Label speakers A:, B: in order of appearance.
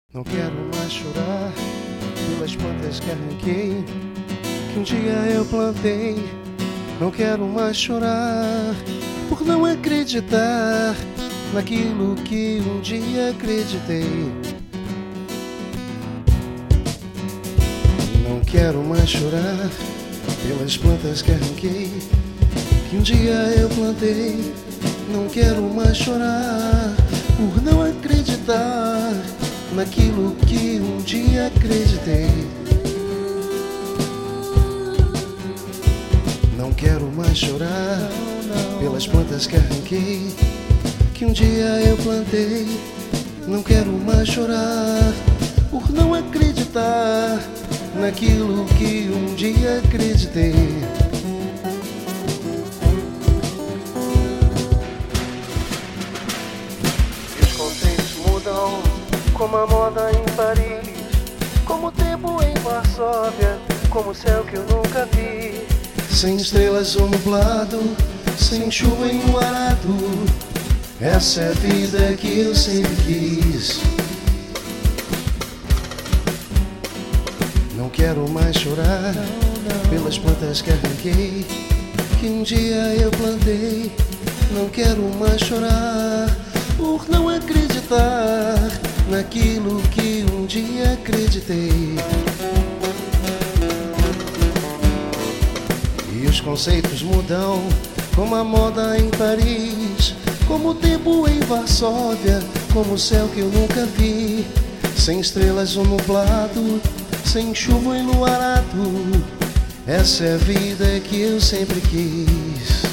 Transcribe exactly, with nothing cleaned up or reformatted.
A: Não quero mais chorar pelas plantas que arranquei, que um dia eu plantei. Não quero mais chorar por não acreditar naquilo que um dia acreditei. Não quero mais chorar pelas plantas que arranquei, que um dia eu plantei. Não quero mais chorar por não acreditar naquilo que um dia acreditei. Não quero mais chorar pelas plantas que arranquei, que um dia eu plantei. Não quero mais chorar por não acreditar naquilo que um dia acreditei. E os conceitos mudam como a moda em Paris, como o tempo em Varsóvia, como o céu que eu nunca vi. Sem estrelas ou nublado, sem chuva enluarado, essa é a vida que eu sempre quis. Não quero mais chorar pelas plantas que arranquei, que um dia eu plantei. Não quero mais chorar por não acreditar naquilo que um dia acreditei. E os conceitos mudam como a moda em Paris, como o tempo em Varsóvia, como o céu que eu nunca vi. Sem estrelas ou nublado, sem chuva enluarado, essa é a vida que eu sempre quis.